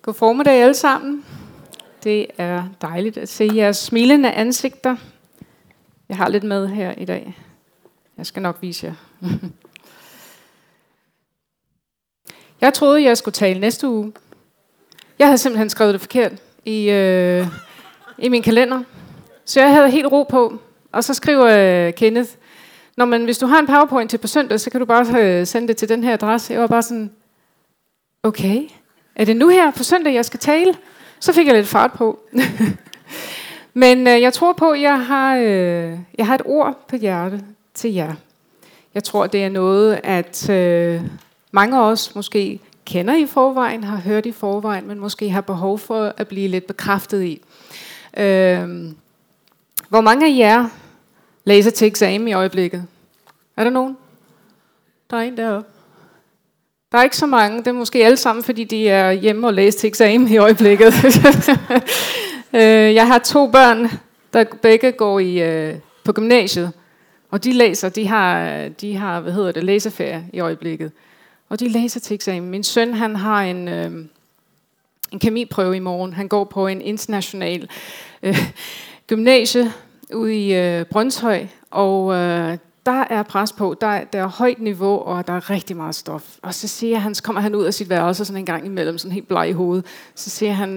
God formiddag alle sammen. Det er dejligt at se jeres smilende ansigter. Jeg har lidt med her i dag. Jeg skal nok vise jer. Jeg troede, jeg skulle tale næste uge. Jeg havde simpelthen skrevet det forkert i min kalender. Så jeg havde helt ro på. Og så skriver Kenneth, hvis du har en PowerPoint til på søndag, så kan du bare sende det til den her adresse. Jeg var bare sådan, okay, er det nu her på søndag, jeg skal tale? Så fik jeg lidt fart på. Men jeg tror på, at jeg har et ord på hjertet til jer. Jeg tror, det er noget, at mange af os måske kender i forvejen, har hørt i forvejen, men måske har behov for at blive lidt bekræftet i. Hvor mange af jer læser til eksamen i øjeblikket? Er der nogen? Der er en deroppe. Der er ikke så mange. Det er måske alle sammen, fordi de er hjemme og læser til eksamen i øjeblikket. Jeg har 2 børn, der begge går på gymnasiet. Og de læser, de har læseferie i øjeblikket. Og de læser til eksamen. Min søn, han har en kemiprøve i morgen. Han går på en international gymnasie ude i Brøndshøj. Og der er pres på, der er højt niveau, og der er rigtig meget stof. Og så kommer han ud af sit værelse sådan en gang imellem, sådan helt bleg i hovedet. Så siger han,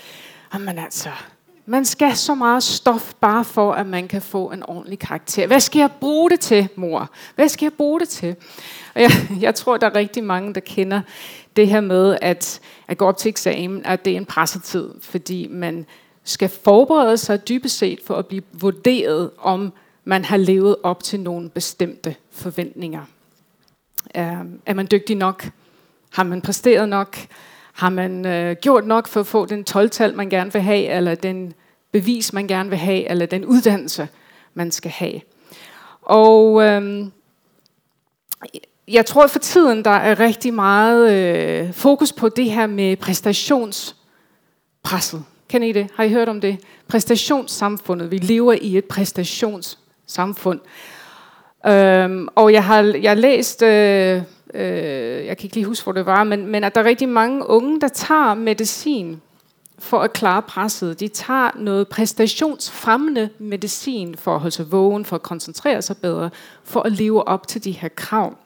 man skal så meget stof, bare for at man kan få en ordentlig karakter. Hvad skal jeg bruge det til, mor? Hvad skal jeg bruge det til? Og jeg tror, der er rigtig mange, der kender det her med, at gå op til eksamen, at det er en pressetid, fordi man skal forberede sig dybest set for at blive vurderet, om man har levet op til nogle bestemte forventninger. Er man dygtig nok? Har man præsteret nok? Har man gjort nok for at få den 12-tal, man gerne vil have, eller den bevis, man gerne vil have, eller den uddannelse, man skal have? Og jeg tror for tiden, der er rigtig meget fokus på det her med præstationspresset. Kender I det? Har I hørt om det? Præstationssamfundet. Vi lever i et præstationssamfund. Og jeg har læst, jeg kan ikke lige huske, hvor det var, men at der er rigtig mange unge, der tager medicin for at klare presset. De tager noget præstationsfremmende medicin for at holde sig vågen, for at koncentrere sig bedre, for at leve op til de her krav.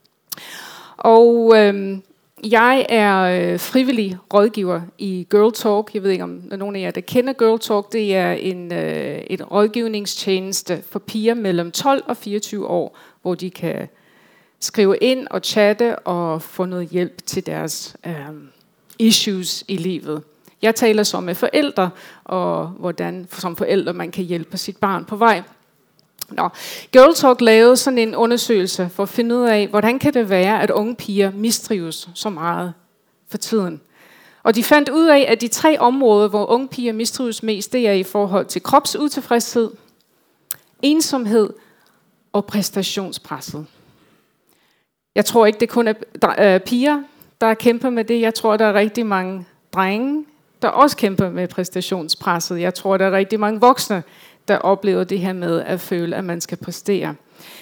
Og jeg er frivillig rådgiver i Girl Talk. Jeg ved ikke, om der er nogen af jer, der kender Girl Talk. Det er et rådgivningstjeneste for piger mellem 12 og 24 år, hvor de kan skrive ind og chatte og få noget hjælp til deres issues i livet. Jeg taler så med forældre, og hvordan som forældre man kan hjælpe sit barn på vej. Girl Talk lavede sådan en undersøgelse for at finde ud af, hvordan kan det være, at unge piger mistrives så meget for tiden. Og de fandt ud af, at de 3 områder, hvor unge piger mistrives mest, det er i forhold til kropsutilfredshed, ensomhed og præstationspresset. Jeg tror ikke, det kun er piger, der kæmper med det. Jeg tror, der er rigtig mange drenge, der også kæmper med præstationspresset. Jeg tror, der er rigtig mange voksne, der oplever det her med at føle, at man skal præstere.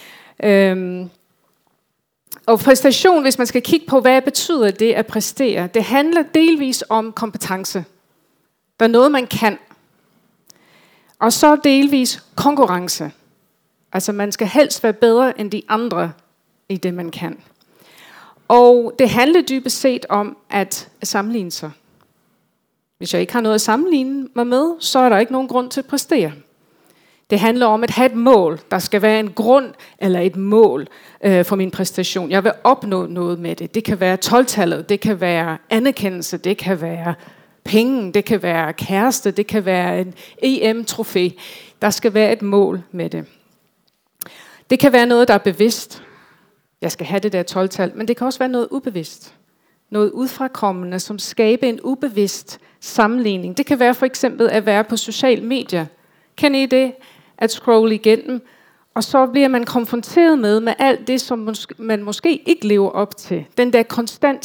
Og præstation, hvis man skal kigge på, hvad betyder det at præstere, det handler delvis om kompetence. Der er noget, man kan. Og så delvis konkurrence. Altså man skal helst være bedre end de andre i det, man kan. Og det handler dybest set om at sammenligne sig. Hvis jeg ikke har noget at sammenligne mig med, så er der ikke nogen grund til at præstere. Det handler om at have et mål. Der skal være en grund eller et mål for min præstation. Jeg vil opnå noget med det. Det kan være 12-tallet, det kan være anerkendelse, det kan være penge, det kan være kæreste, det kan være en EM-trofæ. Der skal være et mål med det. Det kan være noget, der er bevidst. Jeg skal have det der 12-tal, men det kan også være noget ubevidst. Noget udfrakommende, som skaber en ubevidst sammenligning. Det kan være for eksempel at være på sociale medier. Kender I det? At scrolle igennem, og så bliver man konfronteret med alt det, som man måske ikke lever op til. Den der konstant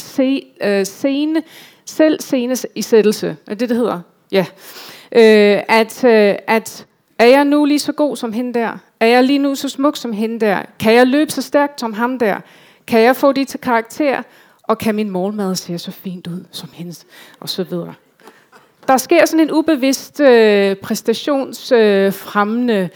sceneisættelse, er det hedder? Ja. Er jeg nu lige så god som hende der? Er jeg lige nu så smuk som hende der? Kan jeg løbe så stærkt som ham der? Kan jeg få det til karakter? Og kan min morgenmad se så fint ud som hendes? Og så videre. Der sker sådan en ubevidst præstationsfremmende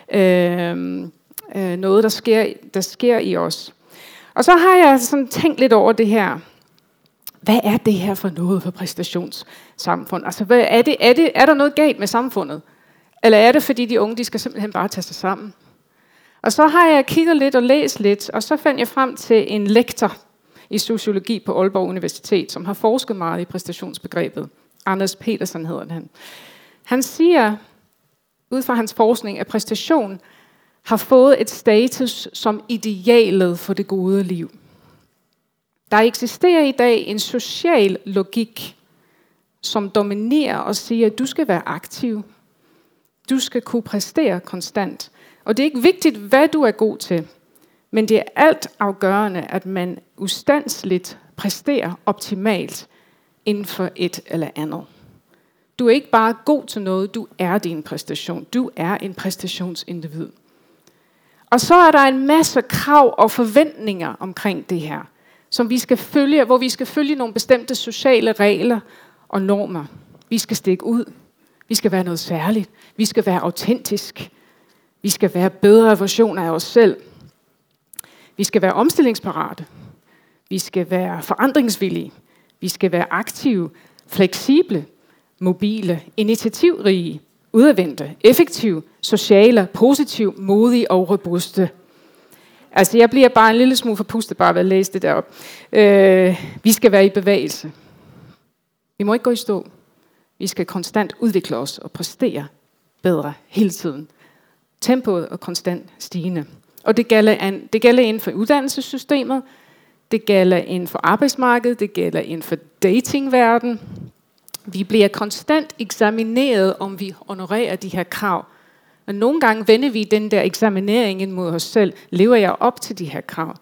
noget, der sker i os. Og så har jeg sådan tænkt lidt over det her. Hvad er det her for noget for præstationssamfund? Altså, er der noget galt med samfundet? Eller er det, fordi de unge, de skal simpelthen bare tage sig sammen? Og så har jeg kigget lidt og læst lidt, og så fandt jeg frem til en lektor i sociologi på Aalborg Universitet, som har forsket meget i præstationsbegrebet. Anders Petersen hedder han. Han siger, ud fra hans forskning, at præstation har fået et status som idealet for det gode liv. Der eksisterer i dag en social logik, som dominerer og siger, at du skal være aktiv. Du skal kunne præstere konstant. Og det er ikke vigtigt, hvad du er god til, men det er alt afgørende, at man ustandsligt præsterer optimalt inden for et eller andet. Du er ikke bare god til noget, du er din præstation. Du er en præstationsindivid. Og så er der en masse krav og forventninger omkring det her, som vi skal følge, hvor vi skal følge nogle bestemte sociale regler og normer. Vi skal stikke ud. Vi skal være noget særligt. Vi skal være autentisk. Vi skal være bedre versioner af os selv. Vi skal være omstillingsparate. Vi skal være forandringsvillige. Vi skal være aktive, fleksible, mobile, initiativrige, udadvendte, effektive, sociale, positive, modige og robuste. Altså, jeg bliver bare en lille smule forpustet bare ved at læse det derop. Vi skal være i bevægelse. Vi må ikke gå i stå. Vi skal konstant udvikle os og præstere bedre hele tiden. Tempoet er konstant stigende. Og det gælder inden for uddannelsessystemet, det gælder inden for arbejdsmarkedet, det gælder inden for datingverden. Vi bliver konstant eksamineret, om vi honorerer de her krav. Og nogle gange vender vi den der eksaminering ind mod os selv. Lever jeg op til de her krav?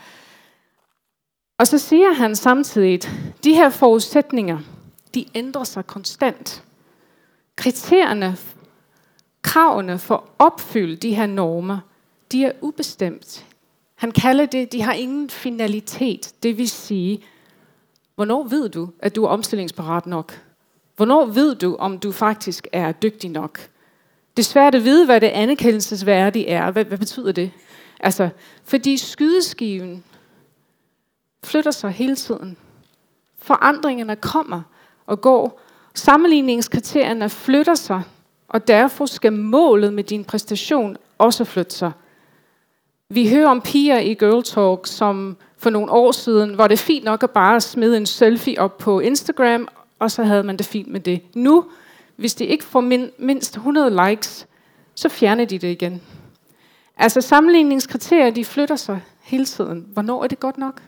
Og så siger han samtidig, de her forudsætninger, de ændrer sig konstant. Kriterierne, kravene for at opfylde de her normer, de er ubestemt. Han kalder det, de har ingen finalitet. Det vil sige, hvornår ved du, at du er omstillingsparat nok? Hvornår ved du, om du faktisk er dygtig nok? Det er svært at vide, hvad det anerkendelsesværdige er. Hvad betyder det? Altså, fordi skydeskiven flytter sig hele tiden. Forandringerne kommer og går. Sammenligningskriterierne flytter sig, og derfor skal målet med din præstation også flytte sig. Vi hører om piger i Girl Talk, som for nogle år siden var det fint nok at bare smide en selfie op på Instagram, og så havde man det fint med det. Nu, hvis de ikke får mindst 100 likes, så fjerner de det igen. Altså sammenligningskriterier, de flytter sig hele tiden. Hvornår er det godt nok?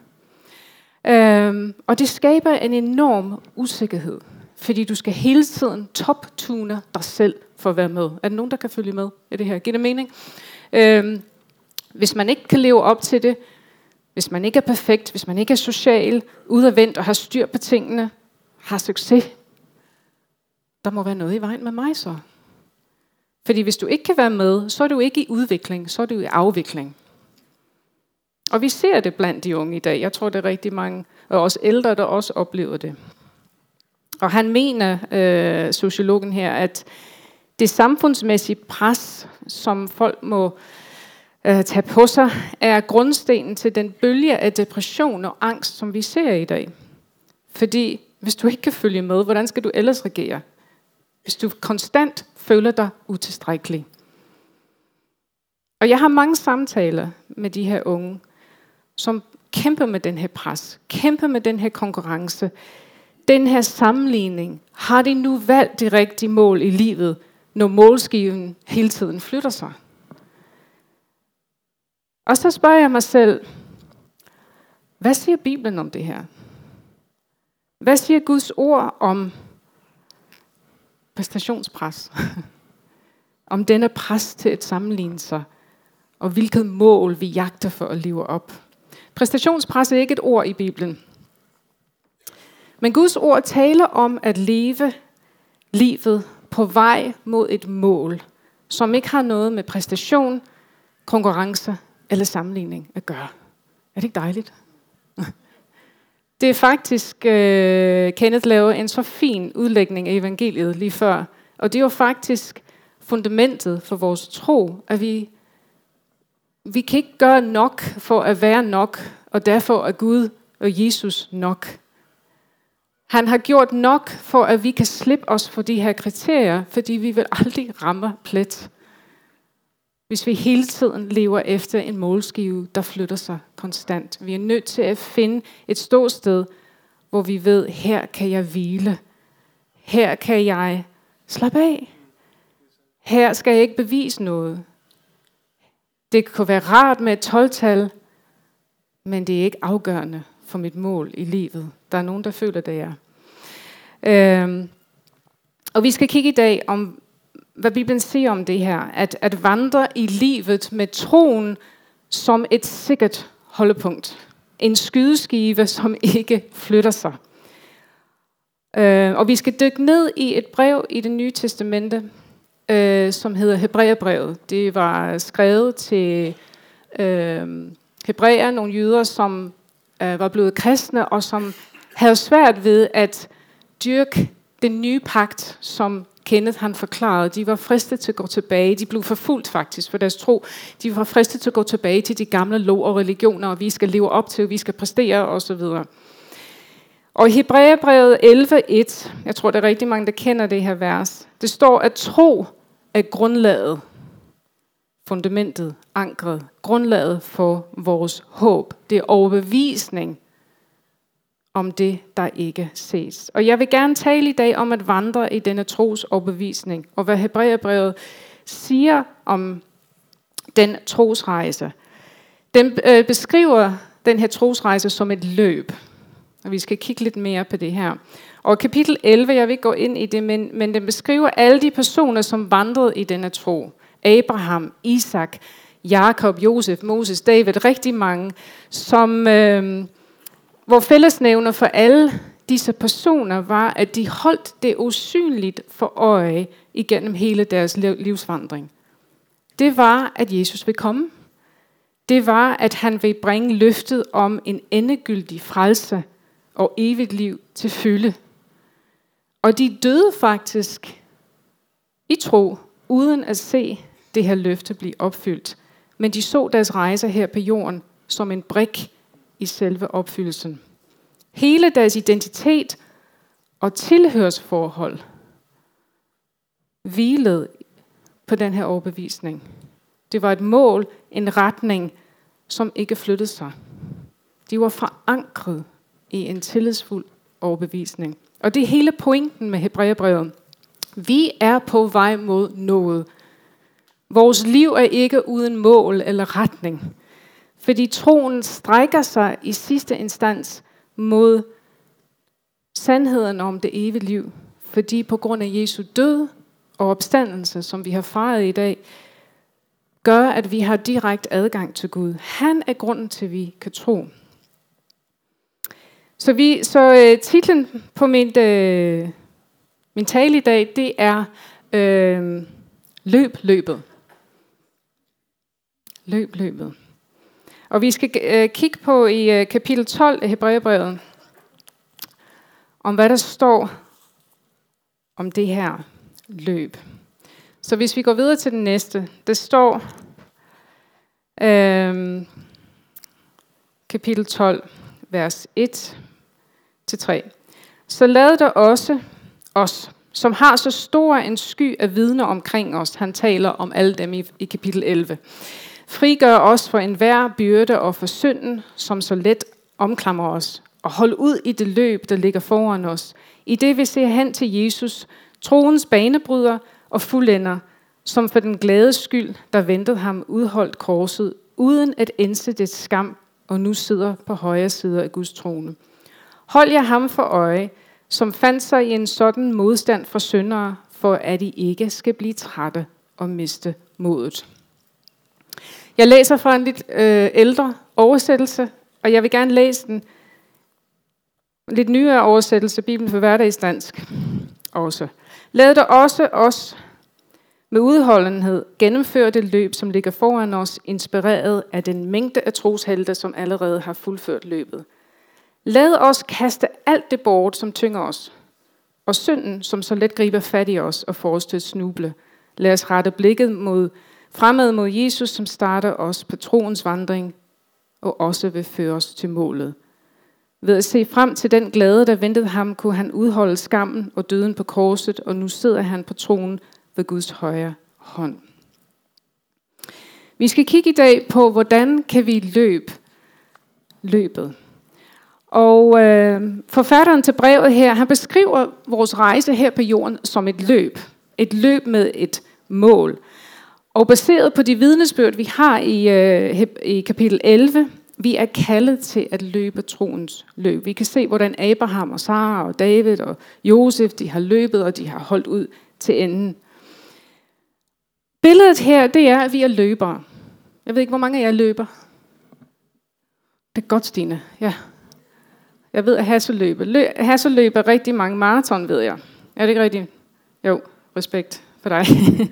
Og det skaber en enorm usikkerhed, fordi du skal hele tiden top-tune dig selv for at være med. Er der nogen, der kan følge med i det her? Giver det mening? Hvis man ikke kan leve op til det, hvis man ikke er perfekt, hvis man ikke er social, udadvendt og har styr på tingene, har succes, der må være noget i vejen med mig så. Fordi hvis du ikke kan være med, så er du ikke i udvikling, så er du i afvikling. Og vi ser det blandt de unge i dag. Jeg tror, det er rigtig mange, og også ældre, der også oplever det. Og han mener, sociologen her, at det samfundsmæssige pres, som folk må tage på sig, er grundstenen til den bølge af depression og angst, som vi ser i dag. Fordi hvis du ikke kan følge med, hvordan skal du ellers reagere? Hvis du konstant føler dig utilstrækkelig. Og jeg har mange samtaler med de her unge, som kæmper med den her pres, kæmper med den her konkurrence, den her sammenligning. Har de nu valgt de rigtige mål i livet, når målskiven hele tiden flytter sig? Og så spørger jeg mig selv, hvad siger Bibelen om det her? Hvad siger Guds ord om præstationspres? Om denne pres til at sammenligne sig, og hvilket mål vi jagter for at leve op. Præstationspres er ikke et ord i Bibelen. Men Guds ord taler om at leve livet på vej mod et mål, som ikke har noget med præstation, konkurrence eller sammenligning at gøre. Er det ikke dejligt? Det er faktisk, Kenneth lavede en så fin udlægning af evangeliet lige før. Og det er jo faktisk fundamentet for vores tro, at vi kan ikke gøre nok for at være nok, og derfor er Gud og Jesus nok. Han har gjort nok for, at vi kan slippe os for de her kriterier, fordi vi vil aldrig ramme plet, hvis vi hele tiden lever efter en målskive, der flytter sig konstant. Vi er nødt til at finde et ståsted, hvor vi ved, her kan jeg hvile. Her kan jeg slappe af. Her skal jeg ikke bevise noget. Det kan være rart med et 12-tal, men det er ikke afgørende for mit mål i livet. Der er nogen, der føler, det er. Og vi skal kigge i dag om, hvad Bibelen siger om det her. At vandre i livet med troen som et sikkert holdepunkt. En skydeskive, som ikke flytter sig. Og vi skal dykke ned i et brev i Det Nye Testamente, som hedder Hebræerbrevet. Det var skrevet til hebræer, nogle jøder, som var blevet kristne, og som havde svært ved at dyrke den nye pagt, som Kenneth han forklarede. De var fristet til at gå tilbage. De blev forfulgt faktisk for deres tro. De var fristet til at gå tilbage til de gamle lov og religioner, og vi skal leve op til, vi skal præstere osv. Og i Hebræerbrevet 11:1, jeg tror, der er rigtig mange, der kender det her vers, det står, at tro er grundlaget, fundamentet, ankret, grundlaget for vores håb. Det er overbevisning om det, der ikke ses. Og jeg vil gerne tale i dag om at vandre i denne tros overbevisning, og hvad Hebræerbrevet siger om den trosrejse. Den beskriver den her trosrejse som et løb. Og vi skal kigge lidt mere på det her. Og kapitel 11, jeg vil ikke gå ind i det, men den beskriver alle de personer, som vandrede i denne tro. Abraham, Isak, Jakob, Josef, Moses, David, rigtig mange, som, hvor fællesnævner for alle disse personer var, at de holdt det usynligt for øje igennem hele deres livsvandring. Det var, at Jesus vil komme. Det var, at han vil bringe løftet om en endegyldig frelse og evigt liv til fylde. Og de døde faktisk i tro, uden at se det her løfte blive opfyldt. Men de så deres rejse her på jorden som en brik i selve opfyldelsen. Hele deres identitet og tilhørsforhold hvilede på den her overbevisning. Det var et mål, en retning, som ikke flyttede sig. De var forankret i en tillidsfuld overbevisning. Og det er hele pointen med Hebræerbrevet. Vi er på vej mod noget. Vores liv er ikke uden mål eller retning. Fordi troen strækker sig i sidste instans mod sandheden om det evige liv. Fordi på grund af Jesu død og opstandelse, som vi har fejret i dag, gør, at vi har direkte adgang til Gud. Han er grunden til, at vi kan tro. Så titlen på min tale i dag, det er løbet. Løbet. Og vi skal kigge på i kapitel 12 af Hebræerbrevet, om hvad der står om det her løb. Så hvis vi går videre til den næste, det står kapitel 12, vers 1-3. Så lad der også os, som har så stor en sky af vidner omkring os, han taler om alle dem i kapitel 11, frigør os for enhver byrde og for synden, som så let omklamrer os, og hold ud i det løb, der ligger foran os, i det vi ser hen til Jesus, troens banebryder og fuldender, som for den glade skyld, der ventede ham, udholdt korset, uden at ændse dets skam, og nu sidder på højre side af Guds trone. Hold jer ham for øje, som fandt sig i en sådan modstand fra syndere, for at I ikke skal blive trætte og miste modet. Jeg læser fra en lidt ældre oversættelse, og jeg vil gerne læse den lidt nyere oversættelse, Bibelen for hverdagsdansk også. Lad der også os med udholdenhed gennemføre det løb, som ligger foran os, inspireret af den mængde af troshelte, som allerede har fuldført løbet. Lad os kaste alt det bort, som tynger os, og synden, som så let griber fat i os og får os til at snuble. Lad os rette blikket fremad mod Jesus, som starter os på troens vandring, og også vil føre os til målet. Ved at se frem til den glæde, der ventede ham, kunne han udholde skammen og døden på korset, og nu sidder han på tronen ved Guds højre hånd. Vi skal kigge i dag på, hvordan kan vi løbet. Og forfatteren til brevet her, han beskriver vores rejse her på jorden som et løb. Et løb med et mål. Og baseret på de vidnesbyrd, vi har i kapitel 11, vi er kaldet til at løbe troens løb. Vi kan se, hvordan Abraham og Sara og David og Josef, de har løbet, og de har holdt ud til enden. Billedet her, det er, at vi er løbere. Jeg ved ikke, hvor mange af jer løber. Det er godt, Stine. Ja. Jeg ved, at Hasse løber rigtig mange maraton, ved jeg. Er det ikke rigtigt? Jo, respekt for dig.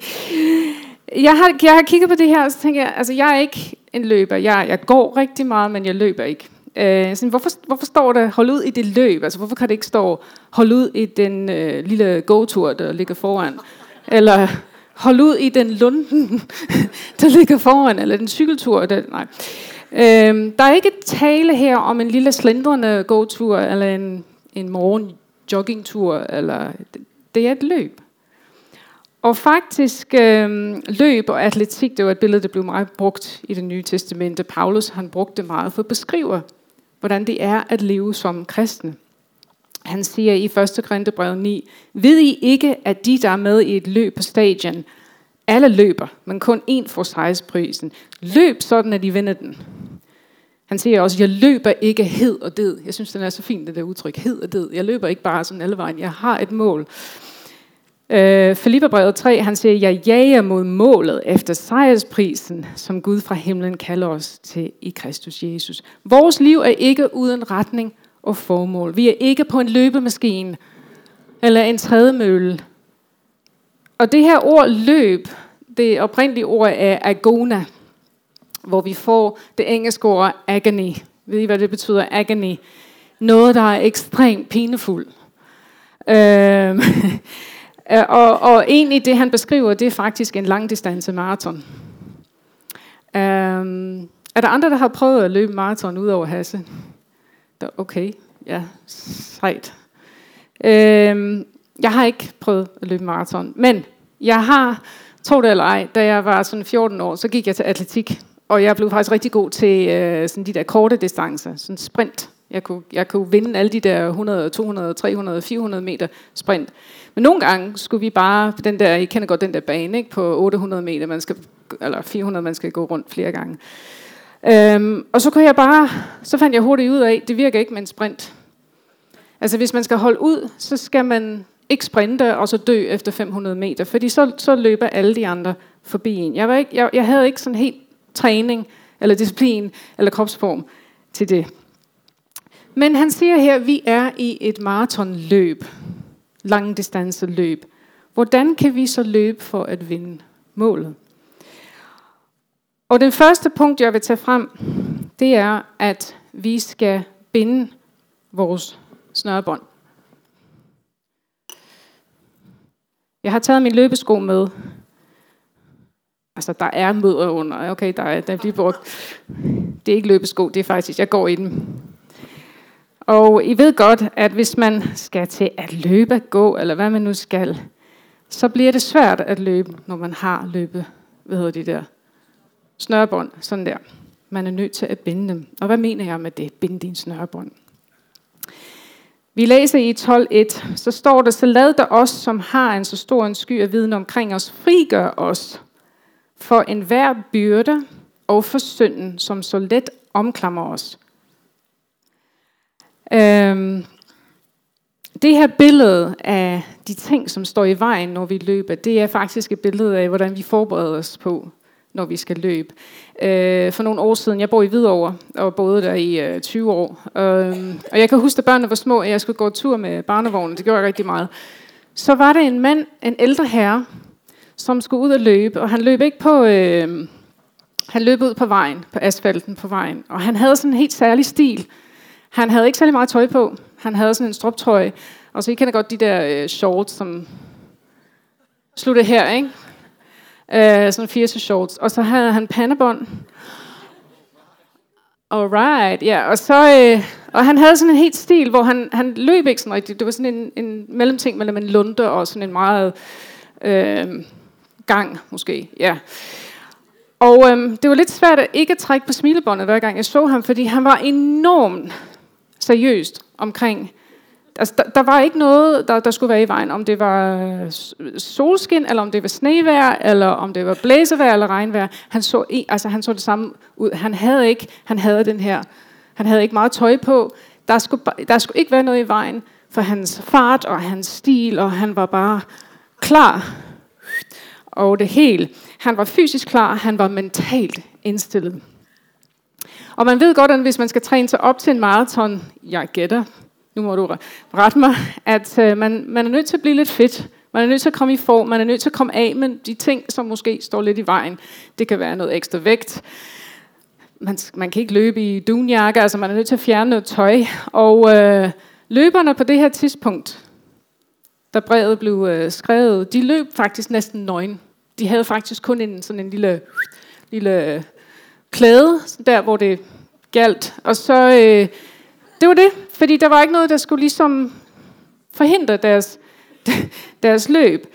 Jeg har kigget på det her, og så tænker jeg, altså jeg er ikke en løber. Jeg går rigtig meget, men jeg løber ikke. Hvorfor står der hold ud i det løb? Altså hvorfor kan det ikke stå hold ud i den lille gåtur, der ligger foran? Eller hold ud i den lunden, der ligger foran? Eller den cykeltur? Nej. Der er ikke tale her om en lille slendrende gåtur, eller en morgen joggingtur. Eller, det er et løb. Og faktisk løb og atletik, det var et billede, der blev meget brugt i Det Nye Testamente. Paulus, han brugte det meget for at beskrive, hvordan det er at leve som kristne. Han siger i 1. Korintherbrev 9, ved I ikke, at de, der er med i et løb på stadion, alle løber, men kun én får sejrsprisen. Løb sådan, at de vinder den. Han siger også, jeg løber ikke hed og død. Jeg synes, den er så fint, det der udtryk, hed og død. Jeg løber ikke bare sådan alle vejen, jeg har et mål. Filipperbrevet 3, han siger, jeg jager mod målet efter sejrsprisen, som Gud fra himlen kalder os til i Kristus Jesus. Vores liv er ikke uden retning og formål. Vi er ikke på en løbemaskine eller en trædemølle. Og det her ord løb, det oprindelige ord er agona, hvor vi får det engelske ord agony. Ved I, hvad det betyder, agony? Noget, der er ekstremt pinefuldt. Og egentlig det, han beskriver, det er faktisk en langdistance maraton. Er der andre, der har prøvet at løbe maraton ud over Hasse? Okay, ja, sejt. Jeg har ikke prøvet at løbe maraton, men jeg har, tro det eller ej, da jeg var sådan 14 år, så gik jeg til atletik, og jeg blev faktisk rigtig god til sådan de der korte distancer, sådan sprint. Jeg kunne vinde alle de der 100, 200, 300, 400 meter sprint. Men nogle gange skulle vi bare, I kender godt den der bane, ikke? På 800 meter, eller 400, man skal gå rundt flere gange. Og så fandt jeg hurtigt ud af, det virker ikke med en sprint. Altså hvis man skal holde ud, så skal man ikke sprinte og så dø efter 500 meter, fordi så løber alle de andre forbi en. Jeg havde ikke sådan helt træning, eller disciplin, eller kropsform til det. Men han siger her, at vi er i et maratonløb, langdistanceløb. Hvordan kan vi så løbe for at vinde målet? Og den første punkt, jeg vil tage frem, det er, at vi skal binde vores snørebånd. Jeg har taget min løbesko med. Altså, der er mødder under. Okay, der bliver brugt. Det er ikke løbesko, det er faktisk, jeg går i dem. Og I ved godt, at hvis man skal til at løbe, gå, eller hvad man nu skal, så bliver det svært at løbe, når man har løbet, snørebånd, sådan der. Man er nødt til at binde dem. Og hvad mener jeg med det? Binde din snørebånd. Vi læser i 12:1, så står der, så lad der os, som har en så stor en sky af viden omkring os, frigør os for enhver byrde og for synden, som så let omklamrer os. Det her billede af de ting, som står i vejen, når vi løber, det er faktisk et billede af, hvordan vi forbereder os på, når vi skal løbe. For nogle år siden, jeg bor i Hvidovre, og boede der i 20 år. Og jeg kan huske, at børnene var små, og jeg skulle gå tur med barnevognen. Det gjorde jeg rigtig meget. Så var der en mand, en ældre herre, som skulle ud og løbe, og han løb ikke på... Han løb ud på vejen, på asfalten på vejen, og han havde sådan en helt særlig stil. Han havde ikke særlig meget tøj på. Han havde sådan en stroptrøje. Og så I kender godt de der shorts, som slutter her, ikke? Sådan 80'er shorts. Og så havde han pandebånd. Alright, ja. Og han havde sådan en helt stil, hvor han løb ikke sådan rigtigt. Det var sådan en mellemting mellem en lunde og sådan en meget gang, måske. Ja. Og det var lidt svært at ikke trække på smilebåndet, hver gang jeg så ham, fordi han var enormt seriøst omkring. Altså, der var ikke noget, der skulle være i vejen, om det var solskin, eller om det var snevejr, eller om det var blæsevejr eller regnvejr. Han så det samme ud. Han havde ikke meget tøj på. Der skulle ikke være noget i vejen for hans fart og hans stil, og han var bare klar. Og det hele. Han var fysisk klar, han var mentalt indstillet. Og man ved godt, at hvis man skal træne sig op til en maraton, jeg gætter, nu må du rette mig, at man er nødt til at blive lidt fedt. Man er nødt til at komme i form, man er nødt til at komme af med de ting, som måske står lidt i vejen. Det kan være noget ekstra vægt. Man kan ikke løbe i dunjakke, altså man er nødt til at fjerne noget tøj. Og løberne på det her tidspunkt, da brevet blev skrevet, de løb faktisk næsten nøgen. De havde faktisk kun sådan en lille klæde, der hvor det galt. Og så, det var det, fordi der var ikke noget, der skulle ligesom forhindre deres løb.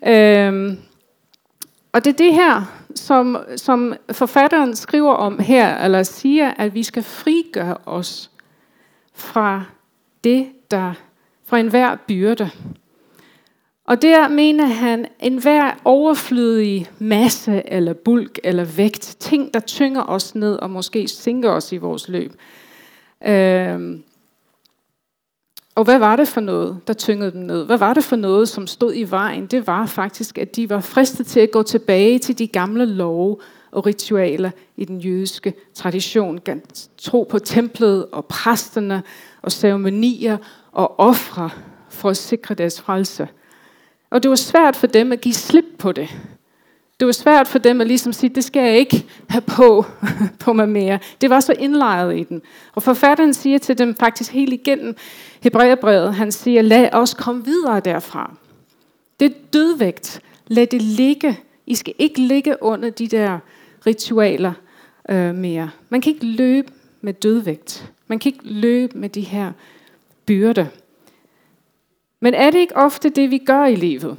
Og det er det her, som forfatteren skriver om her, eller siger, at vi skal frigøre os fra enhver byrde. Og der mener han, enhver overflødig masse eller bulk eller vægt, ting der tynger os ned og måske sænker os i vores løb. Og hvad var det for noget, der tyngede dem ned? Hvad var det for noget, som stod i vejen? Det var faktisk, at de var fristet til at gå tilbage til de gamle love og ritualer i den jødiske tradition. Tro på templet og præsterne og ceremonier og ofre for at sikre deres frelse. Og det var svært for dem at give slip på det. Det var svært for dem at ligesom sige, det skal jeg ikke have på mig mere. Det var så indlejret i den. Og forfatteren siger til dem faktisk helt igennem Hebræerbrevet, han siger, lad os komme videre derfra. Det er dødvægt. Lad det ligge. I skal ikke ligge under de der ritualer mere. Man kan ikke løbe med dødvægt. Man kan ikke løbe med de her byrder. Men er det ikke ofte det, vi gør i livet?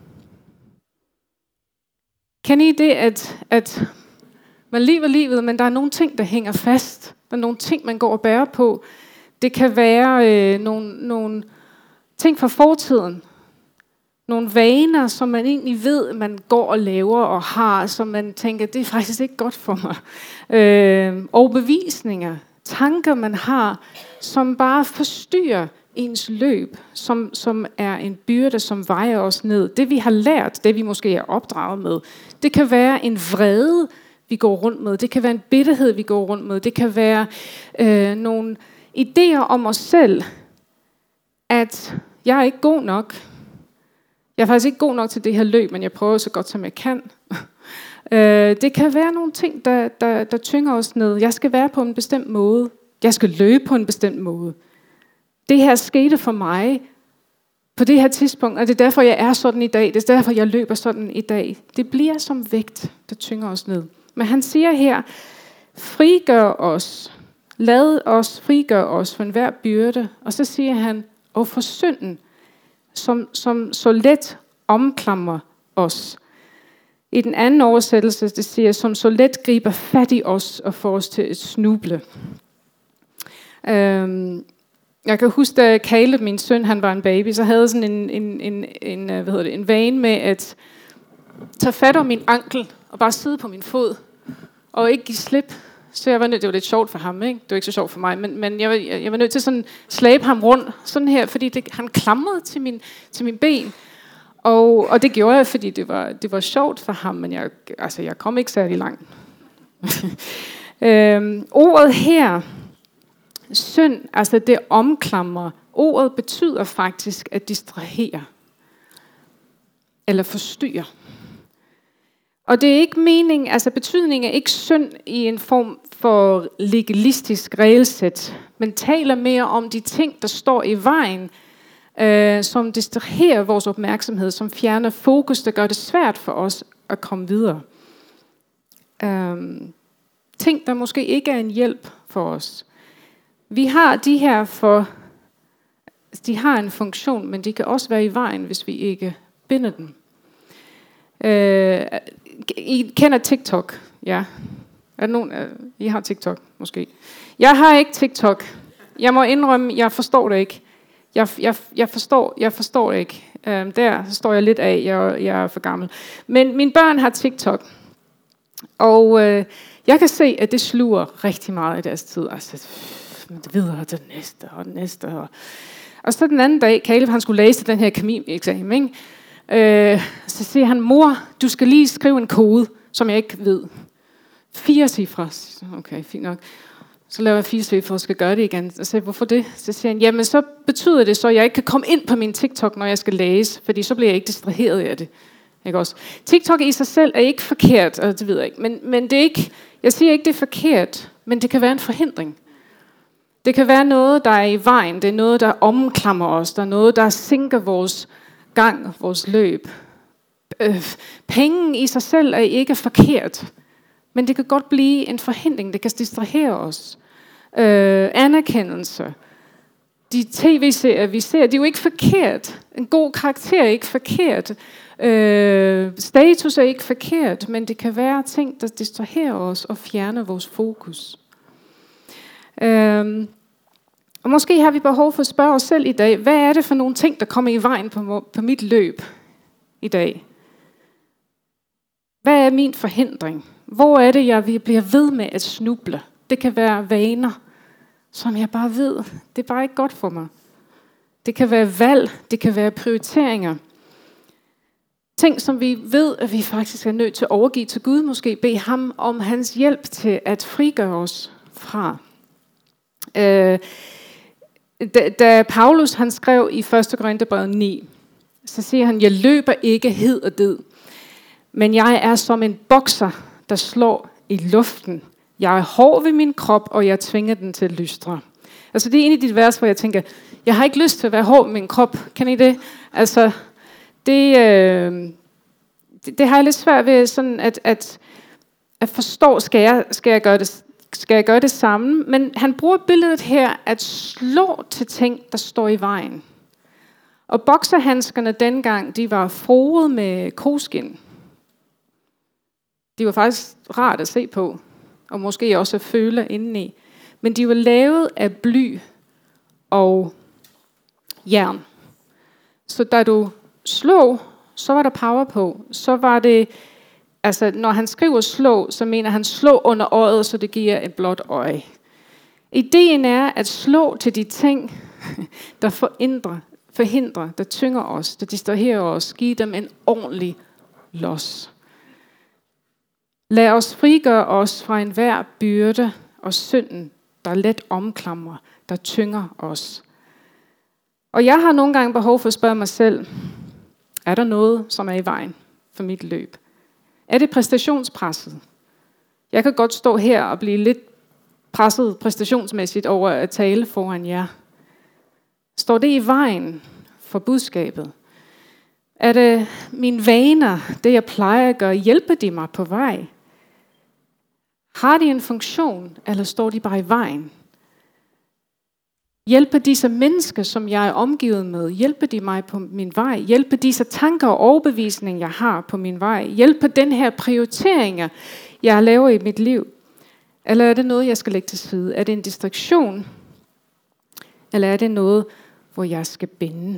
Kan I det, at man lever livet, men der er nogle ting, der hænger fast. Der er nogle ting, man går og bærer på. Det kan være nogle ting fra fortiden. Nogle vaner, som man egentlig ved, man går og laver og har, som man tænker, det er faktisk ikke godt for mig. Overbevisninger, tanker, man har, som bare forstyrrer ens løb, som er en byrde, som vejer os ned. Det vi har lært, det vi måske er opdraget med, det kan være en vrede, vi går rundt med. Det kan være en bitterhed, vi går rundt med. Det kan være nogle idéer om os selv, at jeg er ikke god nok. Jeg er faktisk ikke god nok til det her løb, men jeg prøver så godt, som jeg kan. Det kan være nogle ting, der tynger os ned. Jeg skal være på en bestemt måde. Jeg skal løbe på en bestemt måde. Det her skete for mig på det her tidspunkt, og det er derfor, jeg er sådan i dag. Det er derfor, jeg løber sådan i dag. Det bliver som vægt, der tynger os ned. Men han siger her, frigør os. Lad os frigøre os for enhver byrde. Og så siger han, og for synden, som så let omklamrer os. I den anden oversættelse, det siger, som så let griber fat i os og får os til at snuble. Jeg kan huske, da Caleb, min søn, han var en baby, så havde sådan en vane med at tage fat om min ankel og bare sidde på min fod og ikke give slip. Så jeg var nødt, det var lidt sjovt for ham, ikke? Det var ikke så sjovt for mig, men jeg var nødt til sådan slæbe ham rundt sådan her, fordi han klamrede til min ben. Og det gjorde jeg, fordi det var sjovt for ham, men jeg kom ikke særlig langt. Ordet her, synd, altså det omklamrer. Ordet betyder faktisk at distrahere eller forstyrre. Og det er ikke mening, altså betydning er ikke synd i en form for legalistisk regelsæt, men taler mere om de ting, der står i vejen, som distraherer vores opmærksomhed, som fjerner fokus, der gør det svært for os at komme videre. Ting, der måske ikke er en hjælp for os. Vi har de her de har en funktion, men de kan også være i vejen, hvis vi ikke binder dem. I kender TikTok, ja. Er der nogen, I har TikTok, måske? Jeg har ikke TikTok. Jeg må indrømme, jeg forstår det ikke. Jeg forstår det ikke. Der står jeg lidt af, jeg er for gammel. Men mine børn har TikTok. Og jeg kan se, at det sluger rigtig meget i deres tid. Altså, det videre til den næste. Og så den anden dag, Caleb, han skulle læse den her kemi-eksamen, ikke? Så siger han, mor, du skal lige skrive en kode, som jeg ikke ved. 4 cifre. Okay, fint nok. Så laver jeg 4 cifre og skal gøre det igen. Så siger jeg, hvorfor det? Så siger han, jamen så betyder det så, at jeg ikke kan komme ind på min TikTok, når jeg skal læse, fordi så bliver jeg ikke distraheret af det. Ikke også? TikTok i sig selv er ikke forkert, og det ved jeg ikke. Men det er ikke, jeg siger ikke, det er forkert, men det kan være en forhindring. Det kan være noget, der er i vejen. Det er noget, der omklamrer os. Der er noget, der sinker vores gang, vores løb. Penge i sig selv er ikke forkert, men det kan godt blive en forhindring. Det kan distrahere os. Anerkendelse. De tv-serier, vi ser, de er jo ikke forkert. En god karakter er ikke forkert. Status er ikke forkert, men det kan være ting, der distraherer os og fjerner vores fokus. Og måske har vi behov for at spørge os selv i dag, hvad er det for nogle ting, der kommer i vejen på mit løb i dag? Hvad er min forhindring? Hvor er det, jeg bliver ved med at snuble? Det kan være vaner, som jeg bare ved, det er bare ikke godt for mig. Det kan være valg, det kan være prioriteringer. Ting, som vi ved, at vi faktisk er nødt til at overgive til Gud, måske bede ham om hans hjælp til at frigøre os fra. Da Paulus han skrev i 1. Korintherbrevet 9, så siger han, jeg løber ikke hed og død, men jeg er som en bokser, der slår i luften. Jeg er hård ved min krop, og jeg tvinger den til at lystre. Altså det er en af de vers, hvor jeg tænker, jeg har ikke lyst til at være hård ved min krop. Kan I det? Altså, det har jeg lidt svært ved sådan at forstå, skal jeg gøre det samme? Men han bruger billedet her, at slå til ting, der står i vejen. Og bokserhandskerne dengang, de var froet med koskin. De var faktisk rart at se på, og måske også at føle indeni. Men de var lavet af bly og jern. Så da du slog, så var der power på. Så var det, altså når han skriver slå, så mener han slå under øjet, så det giver et blåt øje. Ideen er at slå til de ting, der forhindrer, der tynger os, der distraherer os, give dem en ordentlig los. Lad os frigøre os fra enhver byrde og synden, der let omklamrer, der tynger os. Og jeg har nogle gange behov for at spørge mig selv, er der noget, som er i vejen for mit løb? Er det præstationspresset? Jeg kan godt stå her og blive lidt presset præstationsmæssigt over at tale foran jer. Står det i vejen for budskabet? Er det mine vaner, det jeg plejer at gøre, hjælper de mig på vej? Har de en funktion, eller står de bare i vejen? Hjælper disse mennesker, som jeg er omgivet med, hjælper de mig på min vej? Hjælper disse tanker og overbevisning, jeg har på min vej? Hjælper den her prioriteringer, jeg laver i mit liv? Eller er det noget, jeg skal lægge til side? Er det en distraktion? Eller er det noget, hvor jeg skal binde?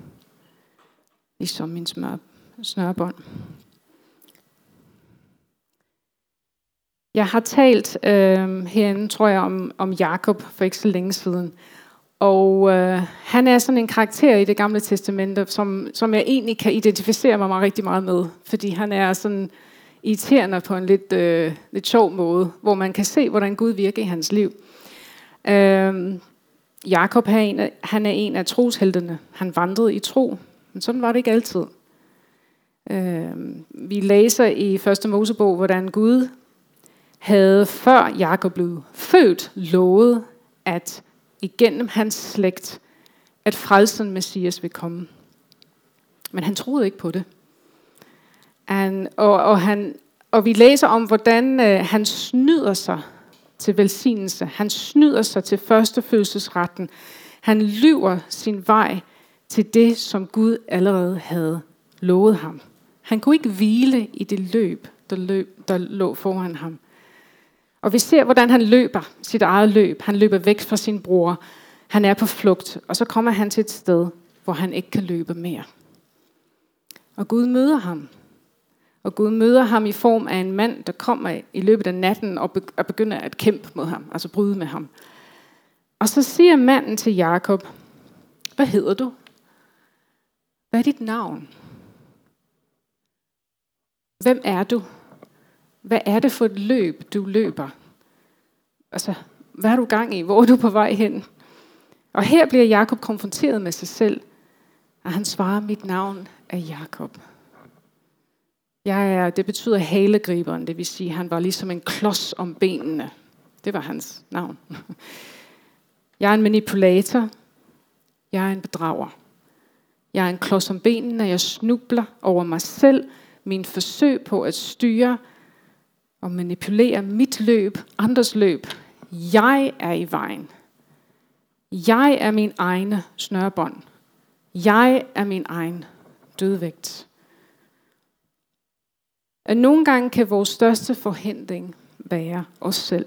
Ligesom min snørebånd. Jeg har talt herinde, tror jeg, om Jakob for ikke så længe siden. Og han er sådan en karakter i Det Gamle Testamente, som jeg egentlig kan identificere mig rigtig meget med. Fordi han er sådan irriterende på en lidt sjov måde, hvor man kan se, hvordan Gud virker i hans liv. Jakob han er en af trosheltene. Han vandrede i tro, men sådan var det ikke altid. Vi læser i 1. Mosebog, hvordan Gud havde før Jakob blev født lovet, at igennem hans slægt, at frelsen Messias vil komme. Men han troede ikke på det. Og vi læser om, hvordan han snyder sig til velsignelse. Han snyder sig til førstefødselsretten. Han lyver sin vej til det, som Gud allerede havde lovet ham. Han kunne ikke hvile i det løb, der lå foran ham. Og vi ser, hvordan han løber sit eget løb. Han løber væk fra sin bror. Han er på flugt, og så kommer han til et sted, hvor han ikke kan løbe mere. Og Gud møder ham. Og Gud møder ham i form af en mand, der kommer i løbet af natten og begynder at kæmpe mod ham, altså bryde med ham. Og så siger manden til Jakob, hvad hedder du? Hvad er dit navn? Hvem er du? Hvad er det for et løb, du løber? Altså, hvad er du gang i? Hvor er du på vej hen? Og her bliver Jakob konfronteret med sig selv, og han svarer, mit navn er Jakob. Det betyder halegriberen, det vil sige, han var ligesom en klods om benene. Det var hans navn. Jeg er en manipulator. Jeg er en bedrager. Jeg er en klods om benene, jeg snubler over mig selv, min forsøg på at styre og manipulere mit løb, andres løb. Jeg er i vejen. Jeg er min egne snørbånd. Jeg er min egen dødvægt. At nogle gange kan vores største forhindring være os selv.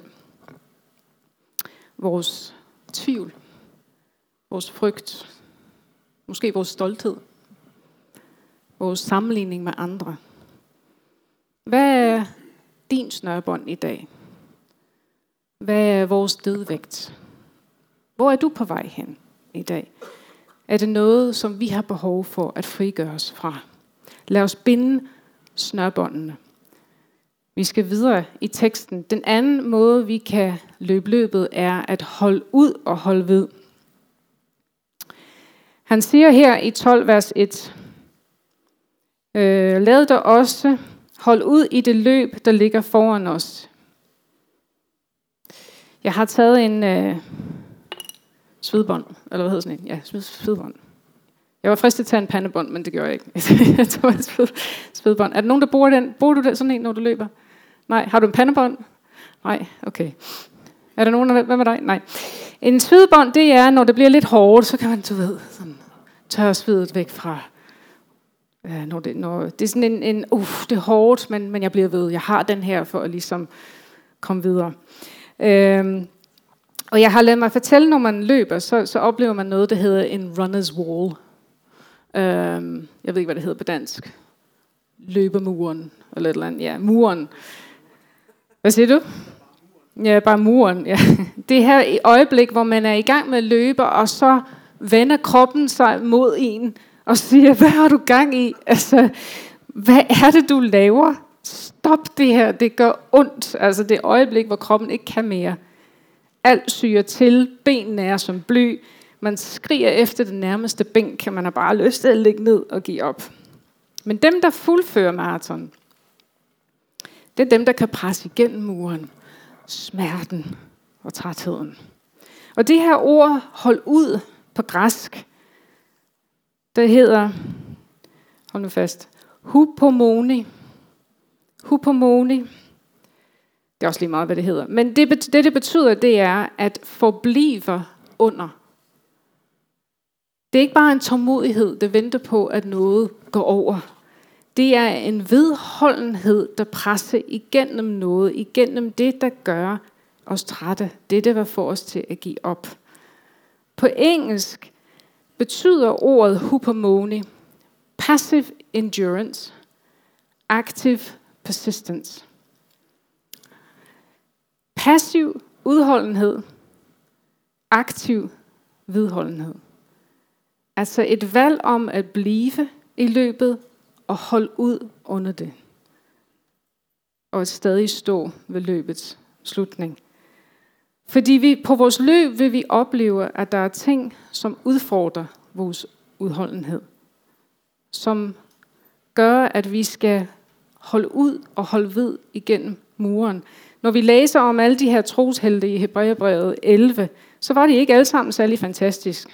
Vores tvivl. Vores frygt. Måske vores stolthed. Vores sammenligning med andre. Hvad er din snørbånd i dag? Hvad er vores dødvægt? Hvor er du på vej hen i dag? Er det noget, som vi har behov for at frigøre os fra? Lad os binde snørbåndene. Vi skal videre i teksten. Den anden måde, vi kan løbe løbet, er at holde ud og holde ved. Han siger her i 12 vers 1. Lad dig også holde ud i det løb, der ligger foran os. Jeg har taget en svedbånd, eller hvad hedder sådan en? Ja, svedbånd. Jeg var fristet til at tage en pandebånd, men det gjorde jeg ikke. Jeg tog en svedbånd. Er der nogen, der bruger den? Bruger du sådan en, når du løber? Nej. Har du en pandebånd? Nej, okay. Er der nogen, der hvad med dig? Nej. En svedbånd, det er, når det bliver lidt hårdt, så kan man, du ved, sådan tørre svedet væk fra. Når det er sådan det er hårdt, men jeg bliver ved. Jeg har den her for at ligesom komme videre. Og jeg har ladet mig fortælle, når man løber, så oplever man noget, der hedder en runner's wall. Jeg ved ikke, hvad det hedder på dansk. Løbermuren, eller et eller andet. Ja, muren. Hvad siger du? Ja, bare muren. Ja. Det her i øjeblik, hvor man er i gang med at løbe, og så vender kroppen sig mod en, og siger, hvad har du gang i? Altså, hvad er det, du laver? Stop det her, det gør ondt. Altså det øjeblik, hvor kroppen ikke kan mere. Alt syrer til, benene er som bly. Man skriger efter det nærmeste bænk, man har bare lyst til at ligge ned og give op. Men dem, der fuldfører maraton, det er dem, der kan presse igennem muren, smerten og trætheden. Og det her ord, hold ud på græsk, det hedder, hold nu fast, hupomoni. Hupomoni. Det er også lige meget, hvad det hedder. Men det betyder, det er at forblive under. Det er ikke bare en tålmodighed, der venter på, at noget går over. Det er en vedholdenhed, der presser igennem noget, igennem det, der gør os trætte. Det, der vil få os til at give op. På engelsk betyder ordet hupomoni passive endurance, active persistence. Passiv udholdenhed, aktiv vedholdenhed. Altså et valg om at blive i løbet og holde ud under det. Og at stadig stå ved løbets slutning. Fordi på vores løb vil vi opleve, at der er ting, som udfordrer vores udholdenhed. Som gør, at vi skal holde ud og holde ved igennem muren. Når vi læser om alle de her troshelte i Hebræerbrevet 11, så var de ikke alle sammen særlig fantastisk.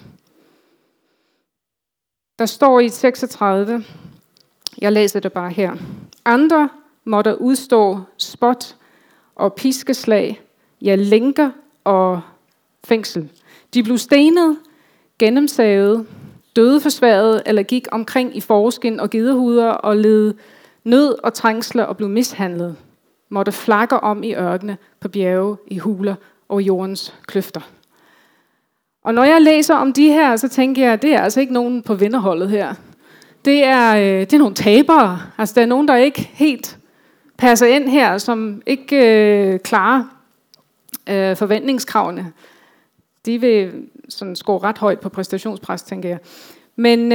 Der står i 36, jeg læser det bare her. Andre måtte udstå spot og piskeslag, ja, lænker og fængsel. De blev stenet, gennemsavet, døde forsværet eller gik omkring i forskin og gedehuder og led nød og trængsler og blev mishandlet. Måtte flakke om i ørkene, på bjerge, i huler og jordens kløfter. Og når jeg læser om de her, så tænker jeg, at det er altså ikke nogen på vinderholdet her. Det er nogle tabere. Altså der er nogen, der ikke helt passer ind her, som ikke klarer forventningskravene. De vil sådan score ret højt på præstationspres, tænker jeg. Men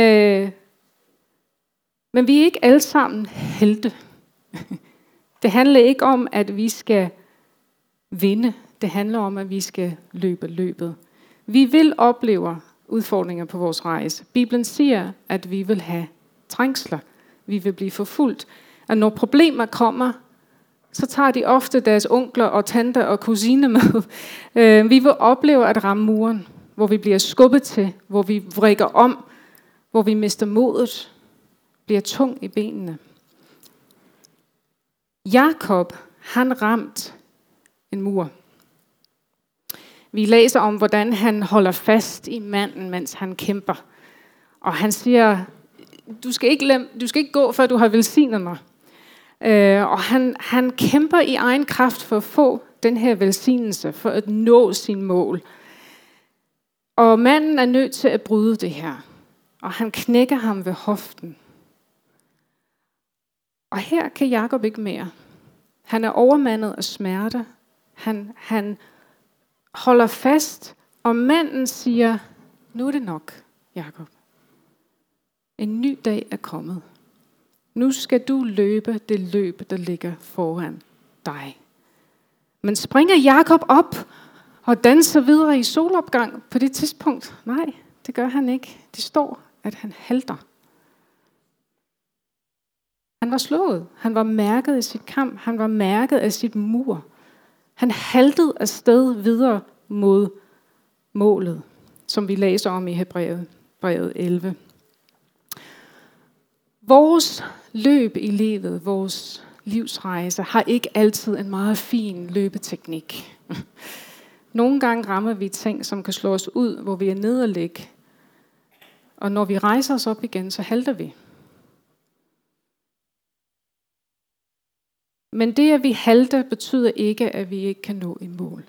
vi er ikke alle sammen helte. Det handler ikke om, at vi skal vinde. Det handler om, at vi skal løbe løbet. Vi vil opleve udfordringer på vores rejse. Bibelen siger, at vi vil have trængsler. Vi vil blive forfulgt. Og når problemer kommer, så tager de ofte deres onkler og tanter og kusiner med. Vi vil opleve at ramme muren, hvor vi bliver skubbet til, hvor vi vrikker om, hvor vi mister modet, bliver tung i benene. Jakob, han ramt en mur. Vi læser om, hvordan han holder fast i manden, mens han kæmper. Og han siger, du skal ikke gå, før du har velsignet mig. Og han kæmper i egen kraft for at få den her velsignelse, for at nå sin mål. Og manden er nødt til at bryde det her. Og han knækker ham ved hoften. Og her kan Jakob ikke mere. Han er overmandet af smerte. Han holder fast, og manden siger, nu er det nok, Jakob. En ny dag er kommet. Nu skal du løbe det løb, der ligger foran dig. Men springer Jakob op og danser videre i solopgang på det tidspunkt? Nej, det gør han ikke. Det står, at han halter. Han var slået. Han var mærket i sit kamp. Han var mærket af sit mur. Han haltede afsted videre mod målet, som vi læser om i Hebræerbrevet 11. Vores løb i livet, vores livsrejse, har ikke altid en meget fin løbeteknik. Nogle gange rammer vi ting, som kan slå os ud, hvor vi er nede og ligge. Og når vi rejser os op igen, så halter vi. Men det, at vi halter, betyder ikke, at vi ikke kan nå i mål.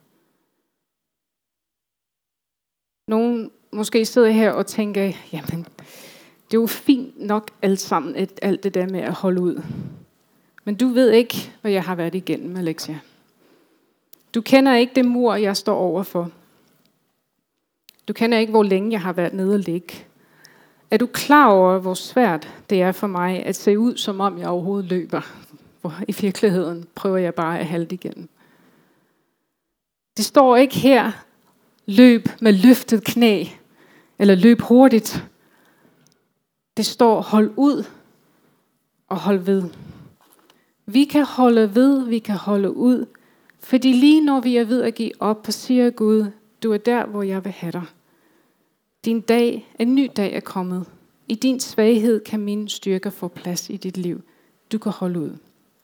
Nogen måske sidder her og tænker, jamen, det er jo fint nok alt sammen, alt det der med at holde ud. Men du ved ikke, hvad jeg har været igennem, Alexia. Du kender ikke det mur, jeg står overfor. Du kender ikke, hvor længe jeg har været nede og ligge. Er du klar over, hvor svært det er for mig at se ud, som om jeg overhovedet løber? Hvor i virkeligheden prøver jeg bare at halte igennem. Det står ikke her, løb med løftet knæ, eller løb hurtigt. Det står, hold ud og hold ved. Vi kan holde ved, vi kan holde ud, fordi lige når vi er ved at give op, så siger Gud, du er der, hvor jeg vil have dig. Din dag, en ny dag er kommet. I din svaghed kan mine styrker få plads i dit liv. Du kan holde ud.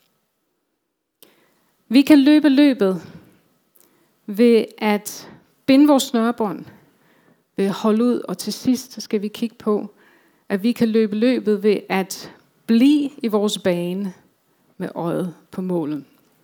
Vi kan løbe løbet ved at binde vores snørebånd, ved at holde ud, og til sidst skal vi kigge på, at vi kan løbe løbet ved at blive i vores bane med øjet på målet.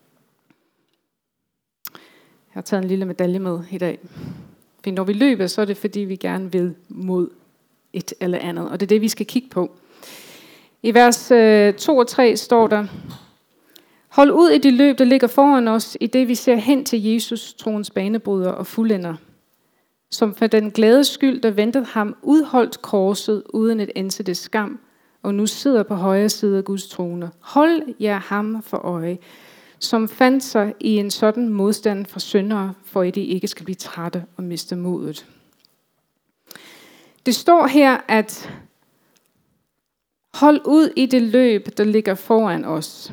Jeg har taget en lille medalje med i dag. For når vi løber, så er det fordi, vi gerne vil mod et eller andet. Og det er det, vi skal kigge på. I vers 2 og 3 står der, hold ud i det løb, der ligger foran os, i det vi ser hen til Jesus, troens banebryder og fuldender, som for den glædes skyld, der ventede ham, udholdt korset uden et eneste skam, og nu sidder på højre side af Guds trone. Hold jer ham for øje, som fandt sig i en sådan modstand fra syndere, for at de ikke skal blive trætte og miste modet. Det står her, at Hold ud i det løb, der ligger foran os.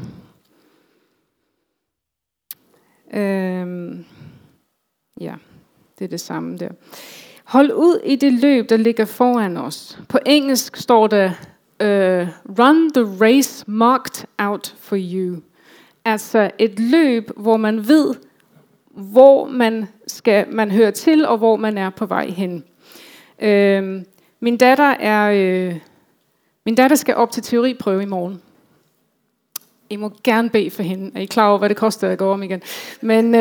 Ja, det er det samme der. Hold ud i det løb, der ligger foran os. På engelsk står der, run the race marked out for you. Altså et løb, hvor man ved, hvor man hører til, og hvor man er på vej hen. Min datter skal op til teoriprøve i morgen. I må gerne bede for hende. Er I klar over, hvad det koster at gå om igen? Men,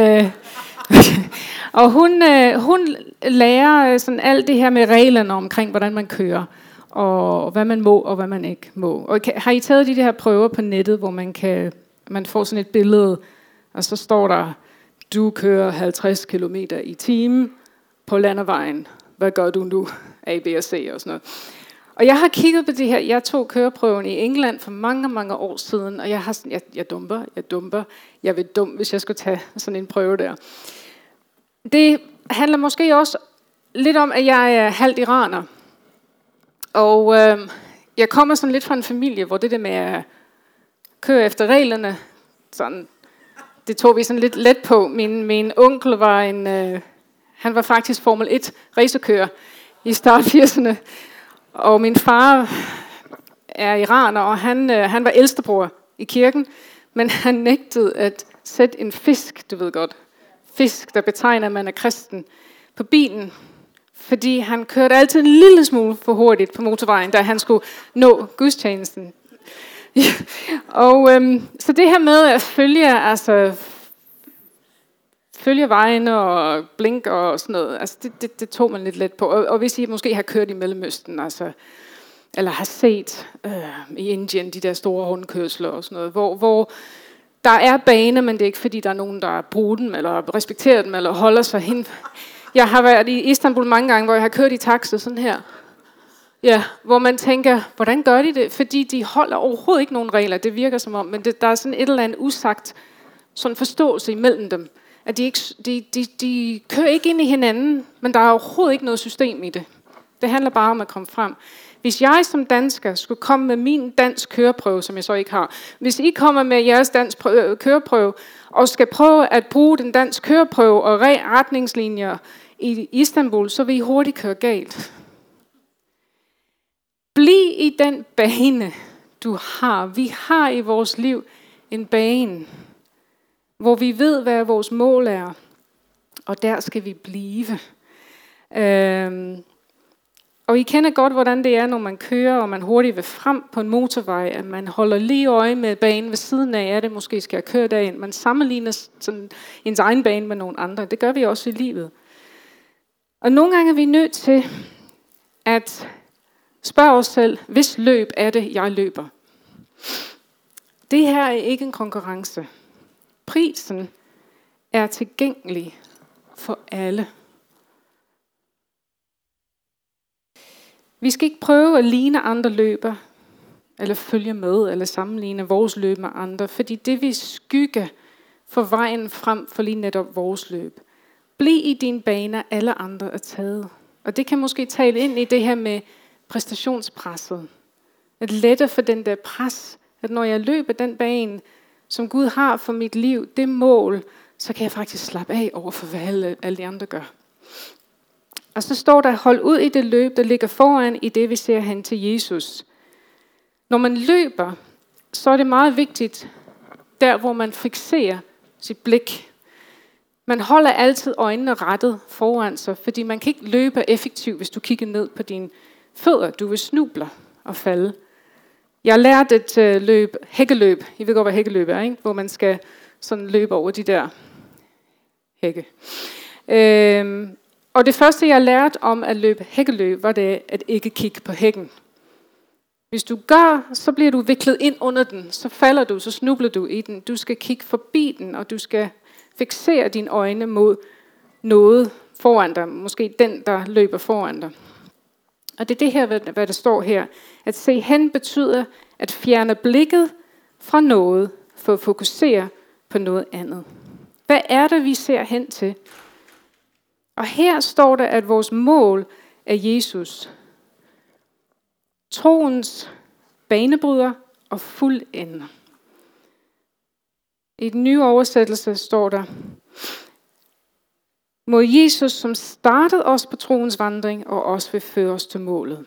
og hun lærer sådan alt det her med reglerne omkring, hvordan man kører. Og hvad man må, og hvad man ikke må. Og har I taget de her prøver på nettet, hvor man får sådan et billede, og så står der, du kører 50 km i timen på landevejen. Hvad gør du nu? A, B og C og sådan noget. Og jeg har kigget på det her. Jeg tog køreprøven i England for mange, mange år siden, og jeg har sådan, jeg dumper. Jeg vil dum, hvis jeg skulle tage sådan en prøve der. Det handler måske også lidt om, at jeg er halvt iraner. Og jeg kommer sådan lidt fra en familie, hvor det der med at køre efter reglerne, sådan, det tog vi sådan lidt let på. Min onkel var han var faktisk Formel 1 racerkører i start 80'erne. Og min far er iraner, og han var ældstebror i kirken, men han nægtede at sætte en fisk, du ved godt, fisk, der betegner, at man er kristen, på bilen, fordi han kørte altid en lille smule for hurtigt på motorvejen, da han skulle nå gudstjenesten. Og så det her med at følge vejene og blink og sådan noget, altså det tog man lidt let på. Og hvis I måske har kørt i Mellemøsten, altså, eller har set i Indien de der store rundkørsler og sådan noget, hvor der er baner, men det er ikke fordi, der er nogen, der bruger dem, eller respekterer dem, eller holder sig hen. Jeg har været i Istanbul mange gange, hvor jeg har kørt i taxa sådan her. Ja, hvor man tænker, hvordan gør de det? Fordi de holder overhovedet ikke nogen regler. Det virker som om, men der er sådan et eller andet usagt sådan forståelse imellem dem. At de kører ikke ind i hinanden, men der er overhovedet ikke noget system i det. Det handler bare om at komme frem. Hvis jeg som dansker skulle komme med min dansk køreprøve, som jeg så ikke har, hvis I kommer med jeres dansk køreprøve, og skal prøve at bruge den dansk køreprøve og retningslinjer i Istanbul, så vil I hurtigt køre galt. Bliv i den bane, du har. Vi har i vores liv en bane, hvor vi ved, hvad vores mål er, og der skal vi blive. Og I kender godt, hvordan det er, når man kører, og man hurtigt vil frem på en motorvej, at man holder lige øje med banen ved siden af, at det måske skal jeg køre derind. Man sammenligner sådan ens egen bane med nogle andre. Det gør vi også i livet. Og nogle gange er vi nødt til at spørge os selv, hvis løb er det, jeg løber? Det her er ikke en konkurrence. Prisen er tilgængelig for alle. Vi skal ikke prøve at ligne andre løber, eller følge med, eller sammenligne vores løb med andre, fordi det vil skygge for vejen frem for lige netop vores løb. Bliv i dine baner, alle andre er taget. Og det kan måske tale ind i det her med præstationspresset. At lette for den der pres, at når jeg løber den bane, som Gud har for mit liv, det mål, så kan jeg faktisk slappe af over for, hvad alle de andre gør. Og så står der, hold ud i det løb, der ligger foran i det, vi ser hen til Jesus. Når man løber, så er det meget vigtigt, der hvor man fikserer sit blik. Man holder altid øjnene rettet foran sig, fordi man kan ikke løbe effektivt, hvis du kigger ned på dine fødder. Du vil snuble og falde. Jeg har lært et hækkeløb. I ved godt, hvad hækkeløb er, ikke? Hvor man skal sådan løbe over de der hække. Og det første, jeg lærte om at løbe hækkeløb, var det at ikke kigge på hækken. Hvis du gør, så bliver du viklet ind under den. Så falder du, så snubler du i den. Du skal kigge forbi den, og du skal fiksere dine øjne mod noget foran dig. Måske den, der løber foran dig. Og det er det her, hvad der står her. At se hen betyder at fjerne blikket fra noget, for at fokusere på noget andet. Hvad er det, vi ser hen til? Og her står der, at vores mål er Jesus. Troens banebryder og fuldender. I den nye oversættelse står der: Må Jesus, som startede os på troens vandring, og også vil føre os til målet.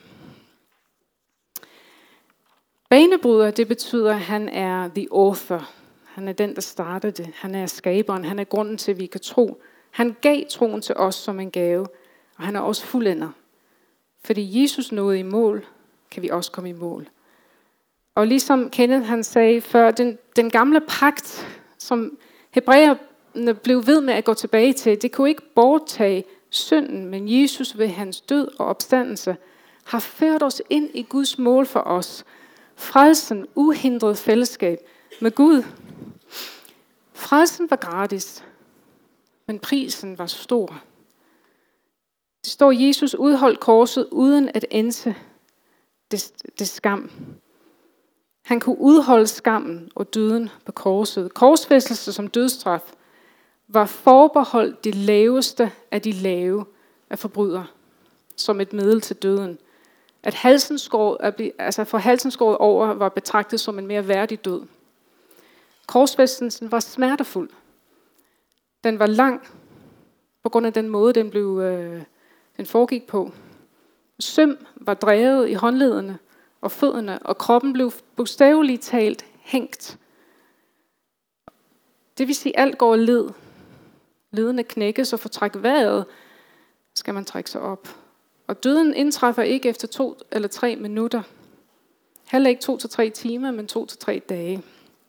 Banebryder, det betyder, at han er the author. Han er den, der startede det. Han er skaberen. Han er grunden til, at vi kan tro. Han gav troen til os som en gave, og han er også fuldender. Fordi Jesus nåede i mål, kan vi også komme i mål. Og ligesom Kenneth han sagde før, den gamle pagt, som hebræerne blev ved med at gå tilbage til, det kunne ikke borttage synden, men Jesus ved hans død og opstandelse har ført os ind i Guds mål for os. Frelsen, uhindret fællesskab med Gud. Frelsen var gratis, men prisen var stor. Det står, Jesus udholdt korset uden at ænse det skam. Han kunne udholde skammen og døden på korset. Korsfæstelse som dødsstraf var forbeholdt det laveste af de lave af forbrydere, som et middel til døden. At få halsen skåret over var betragtet som en mere værdig død. Korsfæstelsen var smertefuld. Den var lang på grund af den måde, den foregik på. Søm var drevet i håndledene og fødderne, og kroppen blev bogstaveligt talt hængt. Det vil sige, at alt går led. Ledene knækkes, og for at trække vejret skal man trække sig op. Og døden indtræffer ikke efter 2 eller 3 minutter. Heller ikke 2 til 3 timer, men 2 til 3 dage.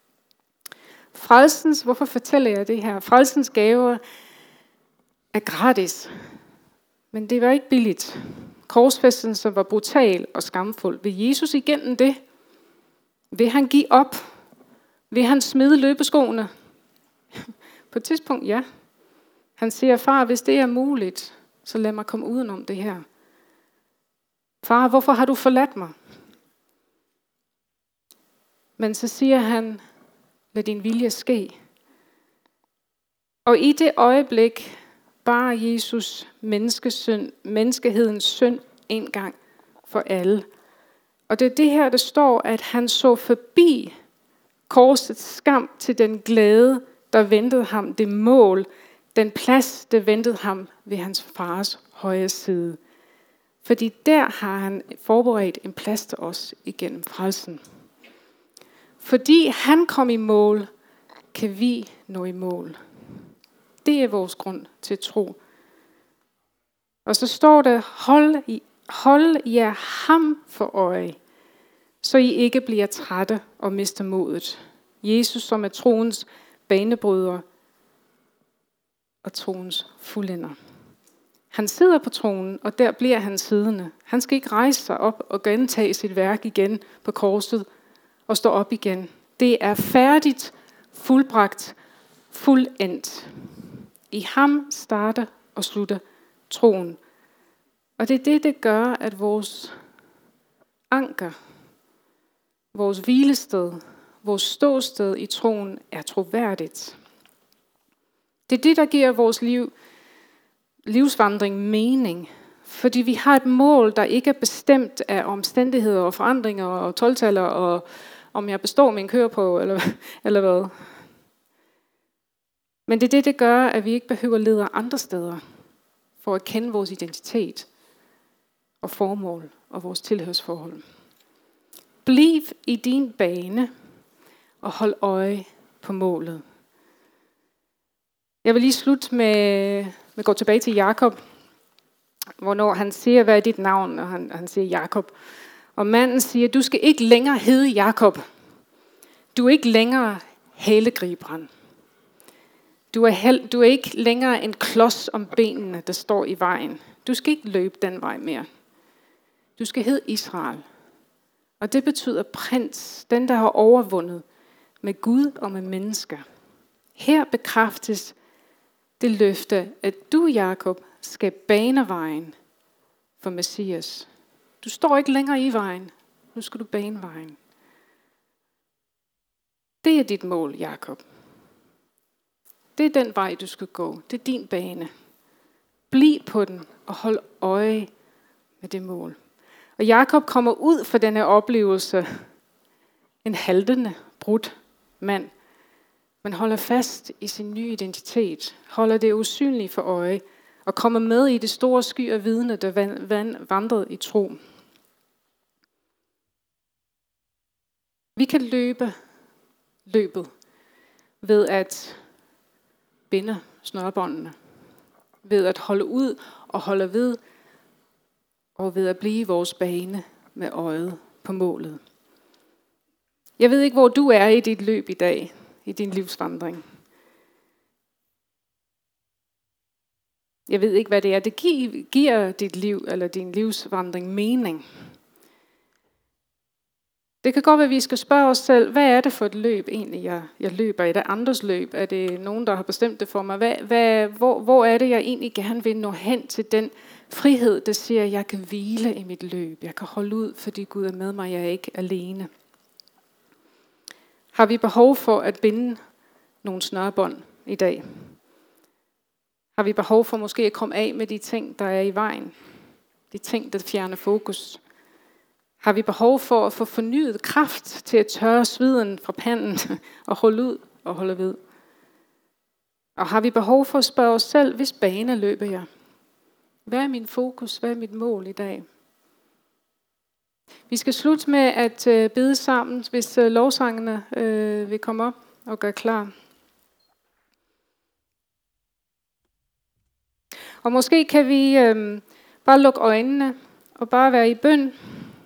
Hvorfor fortæller jeg det her? Frelsens gaver er gratis, men det var ikke billigt. Korsfæstelsen var brutal og skamfuld. Vil Jesus igennem det? Vil han give op? Vil han smide løbeskoene? På et tidspunkt, ja. Han siger, far, hvis det er muligt, så lad mig komme udenom det her. Far, hvorfor har du forladt mig? Men så siger han, lad din vilje ske. Og i det øjeblik bar Jesus menneskehedens synd en gang for alle. Og det er det her, der står, at han så forbi korsets skam til den glæde, der ventede ham, det mål, den plads, der ventede ham ved hans fars højre side. Fordi der har han forberedt en plads til os igennem frelsen. Fordi han kom i mål, kan vi nå i mål. Det er vores grund til tro. Og så står der, hold jer ham for øje, så I ikke bliver trætte og mister modet. Jesus, som er troens banebryder og troens fuldender. Han sidder på tronen, og der bliver han siddende. Han skal ikke rejse sig op og gentage sit værk igen på korset og stå op igen. Det er færdigt, fuldbragt, fuldendt. I ham starter og slutter troen. Og det er det, der gør, at vores anker, vores hvilested, vores ståsted i troen er troværdigt. Det er det, der giver vores livsvandring mening. Fordi vi har et mål, der ikke er bestemt af omstændigheder og forandringer og 12-taller, og om jeg består min køreprøve eller hvad. Men det er det, der gør, at vi ikke behøver at lede andre steder for at kende vores identitet og formål og vores tilhørsforhold. Bliv i din bane og hold øje på målet. Jeg vil lige slutte med at gå tilbage til Jakob, hvornår han siger, hvad er dit navn, og han siger Jakob. Og manden siger, du skal ikke længere hedde Jakob. Du er ikke længere halegriberen. Du er ikke længere en klods om benene, der står i vejen. Du skal ikke løbe den vej mere. Du skal hedde Israel. Og det betyder prins, den der har overvundet med Gud og med mennesker. Her bekræftes det løfte, at du, Jakob, skal bane vejen for Messias. Du står ikke længere i vejen. Nu skal du bane vejen. Det er dit mål, Jakob. Det er den vej, du skal gå. Det er din bane. Bliv på den og hold øje med det mål. Og Jakob kommer ud for denne oplevelse en haltende, brudt mand, men holder fast i sin nye identitet, holder det usynlige for øje, og kommer med i det store sky af vidne, der vandrede i tro. Vi kan løbe løbet ved at binde snørebåndene, ved at holde ud og holde ved, og ved at blive vores bane med øjet på målet. Jeg ved ikke, hvor du er i dit løb i dag, i din livsvandring. Jeg ved ikke, hvad det er. Det giver dit liv eller din livsvandring mening. Det kan godt være, at vi skal spørge os selv, hvad er det for et løb egentlig, jeg løber? Er det andres løb? Er det nogen, der har bestemt det for mig? Hvor er det, jeg egentlig gerne vil nå hen til den frihed, der siger, at jeg kan hvile i mit løb. Jeg kan holde ud, fordi Gud er med mig, jeg er ikke alene. Har vi behov for at binde nogle snørebånd i dag? Har vi behov for måske at komme af med de ting, der er i vejen? De ting, der fjerner fokus? Har vi behov for at få fornyet kraft til at tørre sveden fra panden og holde ud og holde ved? Og har vi behov for at spørge os selv, hvis bane løber jeg? Hvad er min fokus? Hvad er mit mål i dag? Vi skal slutte med at bede sammen, hvis lovsangene vil komme op og gøre klar. Og måske kan vi bare lukke øjnene og bare være i bøn.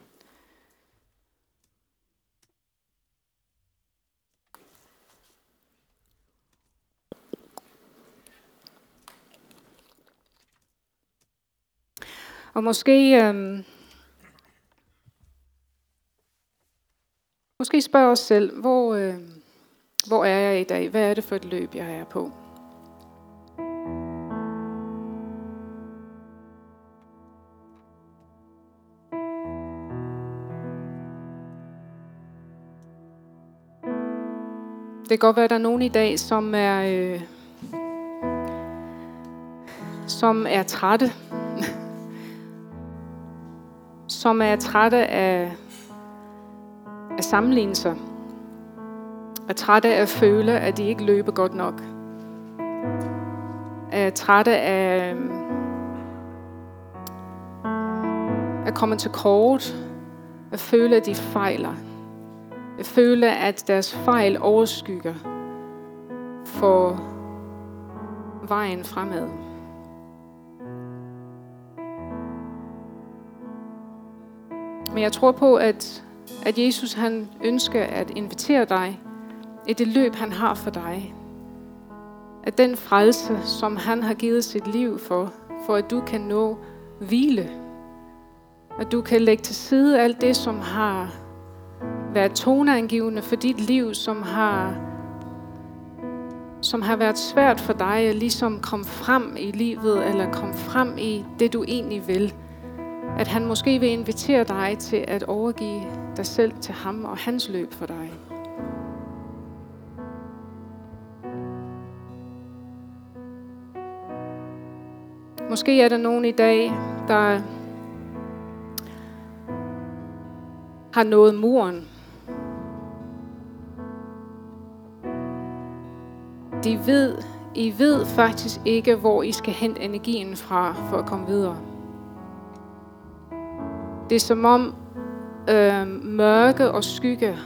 Og måske spørge os selv, hvor er jeg i dag? Hvad er det for et løb, jeg er på? Det kan godt være, at der er nogen i dag, som er trætte. Som er trætte af sammenlignelser. Er trætte af at føle, at de ikke løber godt nok. Er trætte af at komme til kort. At føle, at de fejler. At føle, at deres fejl overskygger for vejen fremad. Men jeg tror på, at Jesus han ønsker at invitere dig i det løb, han har for dig. At den frelse, som han har givet sit liv for at du kan nå hvile. At du kan lægge til side alt det, som har været toneangivende for dit liv, som har været svært for dig at ligesom komme frem i livet, eller komme frem i det, du egentlig vil. At han måske vil invitere dig til at overgive dig selv til ham og hans løb for dig. Måske er der nogen i dag, der har nået muren. I ved faktisk ikke, hvor I skal hente energien fra for at komme videre. Det er som om mørke og skygge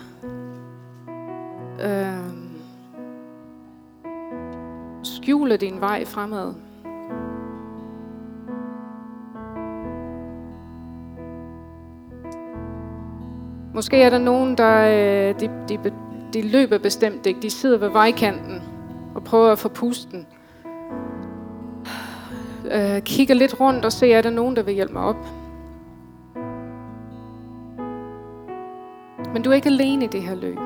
skjuler din vej fremad. Måske er der nogen, der de løber bestemt ikke. De sidder ved vejkanten og prøver at få pusten. Kigger lidt rundt og ser, er der nogen, der vil hjælpe mig op. Men du er ikke alene i det her løb.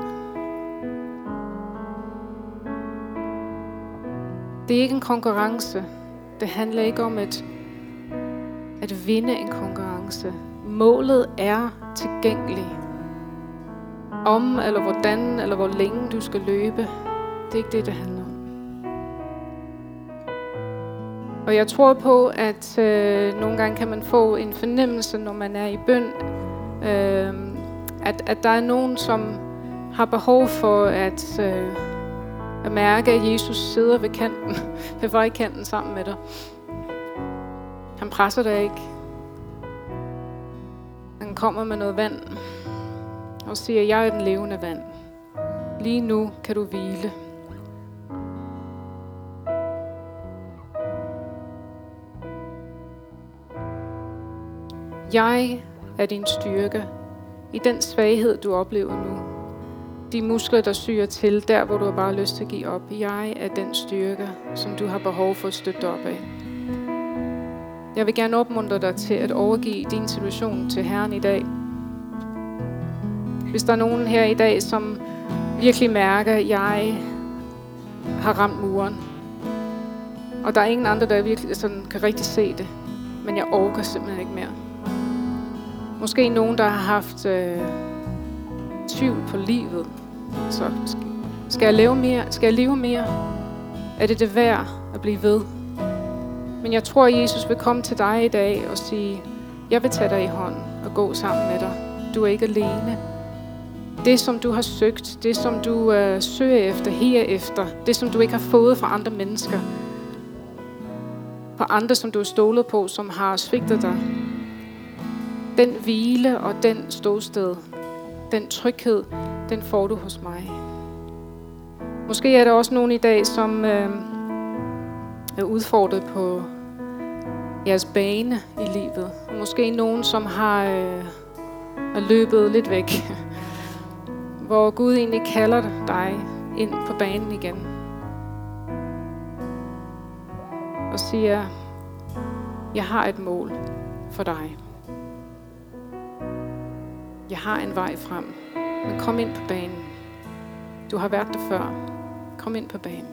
Det er ikke en konkurrence. Det handler ikke om at vinde en konkurrence. Målet er tilgængeligt. Om eller hvordan eller hvor længe du skal løbe, det er ikke det handler om. Og jeg tror på, at nogle gange kan man få en fornemmelse, når man er i bøn, at der er nogen, har behov for at mærke, at Jesus sidder ved kanten, ved vejkanten sammen med dig. Han presser dig ikke. Han kommer med noget vand og siger, jeg er den levende vand. Lige nu kan du hvile. Jeg er din styrke i den svaghed, du oplever nu. De muskler, der syrer til, der hvor du har bare lyst til at give op. Jeg er den styrke, som du har behov for at støtte op af. Jeg vil gerne opmuntre dig til at overgive din situation til Herren i dag. Hvis der er nogen her i dag, som virkelig mærker, at jeg har ramt muren, og der er ingen andre, der virkelig sådan kan rigtig se det, men jeg orker simpelthen ikke mere. Måske nogen, der har haft tvivl på livet. Så skal jeg leve mere? Skal jeg leve mere? Er det værd at blive ved? Men jeg tror, at Jesus vil komme til dig i dag og sige, jeg vil tage dig i hånden og gå sammen med dig. Du er ikke alene. Det, som du har søgt, det, som du søger efter, herefter, det, som du ikke har fået fra andre mennesker, fra andre, som du har stolet på, som har svigtet dig, den hvile og den ståsted, den tryghed, den får du hos mig. Måske er der også nogen i dag, som er udfordret på jeres bane i livet. Og måske nogen, som har løbet lidt væk. Hvor Gud egentlig kalder dig ind på banen igen. Og siger, jeg har et mål for dig. Jeg har en vej frem, men kom ind på banen. Du har været der før. Kom ind på banen.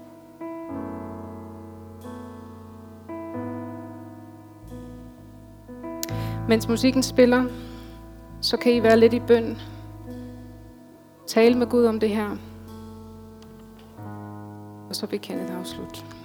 Mens musikken spiller, så kan I være lidt i bøn. Tale med Gud om det her. Og så vil Kenneth afslutte.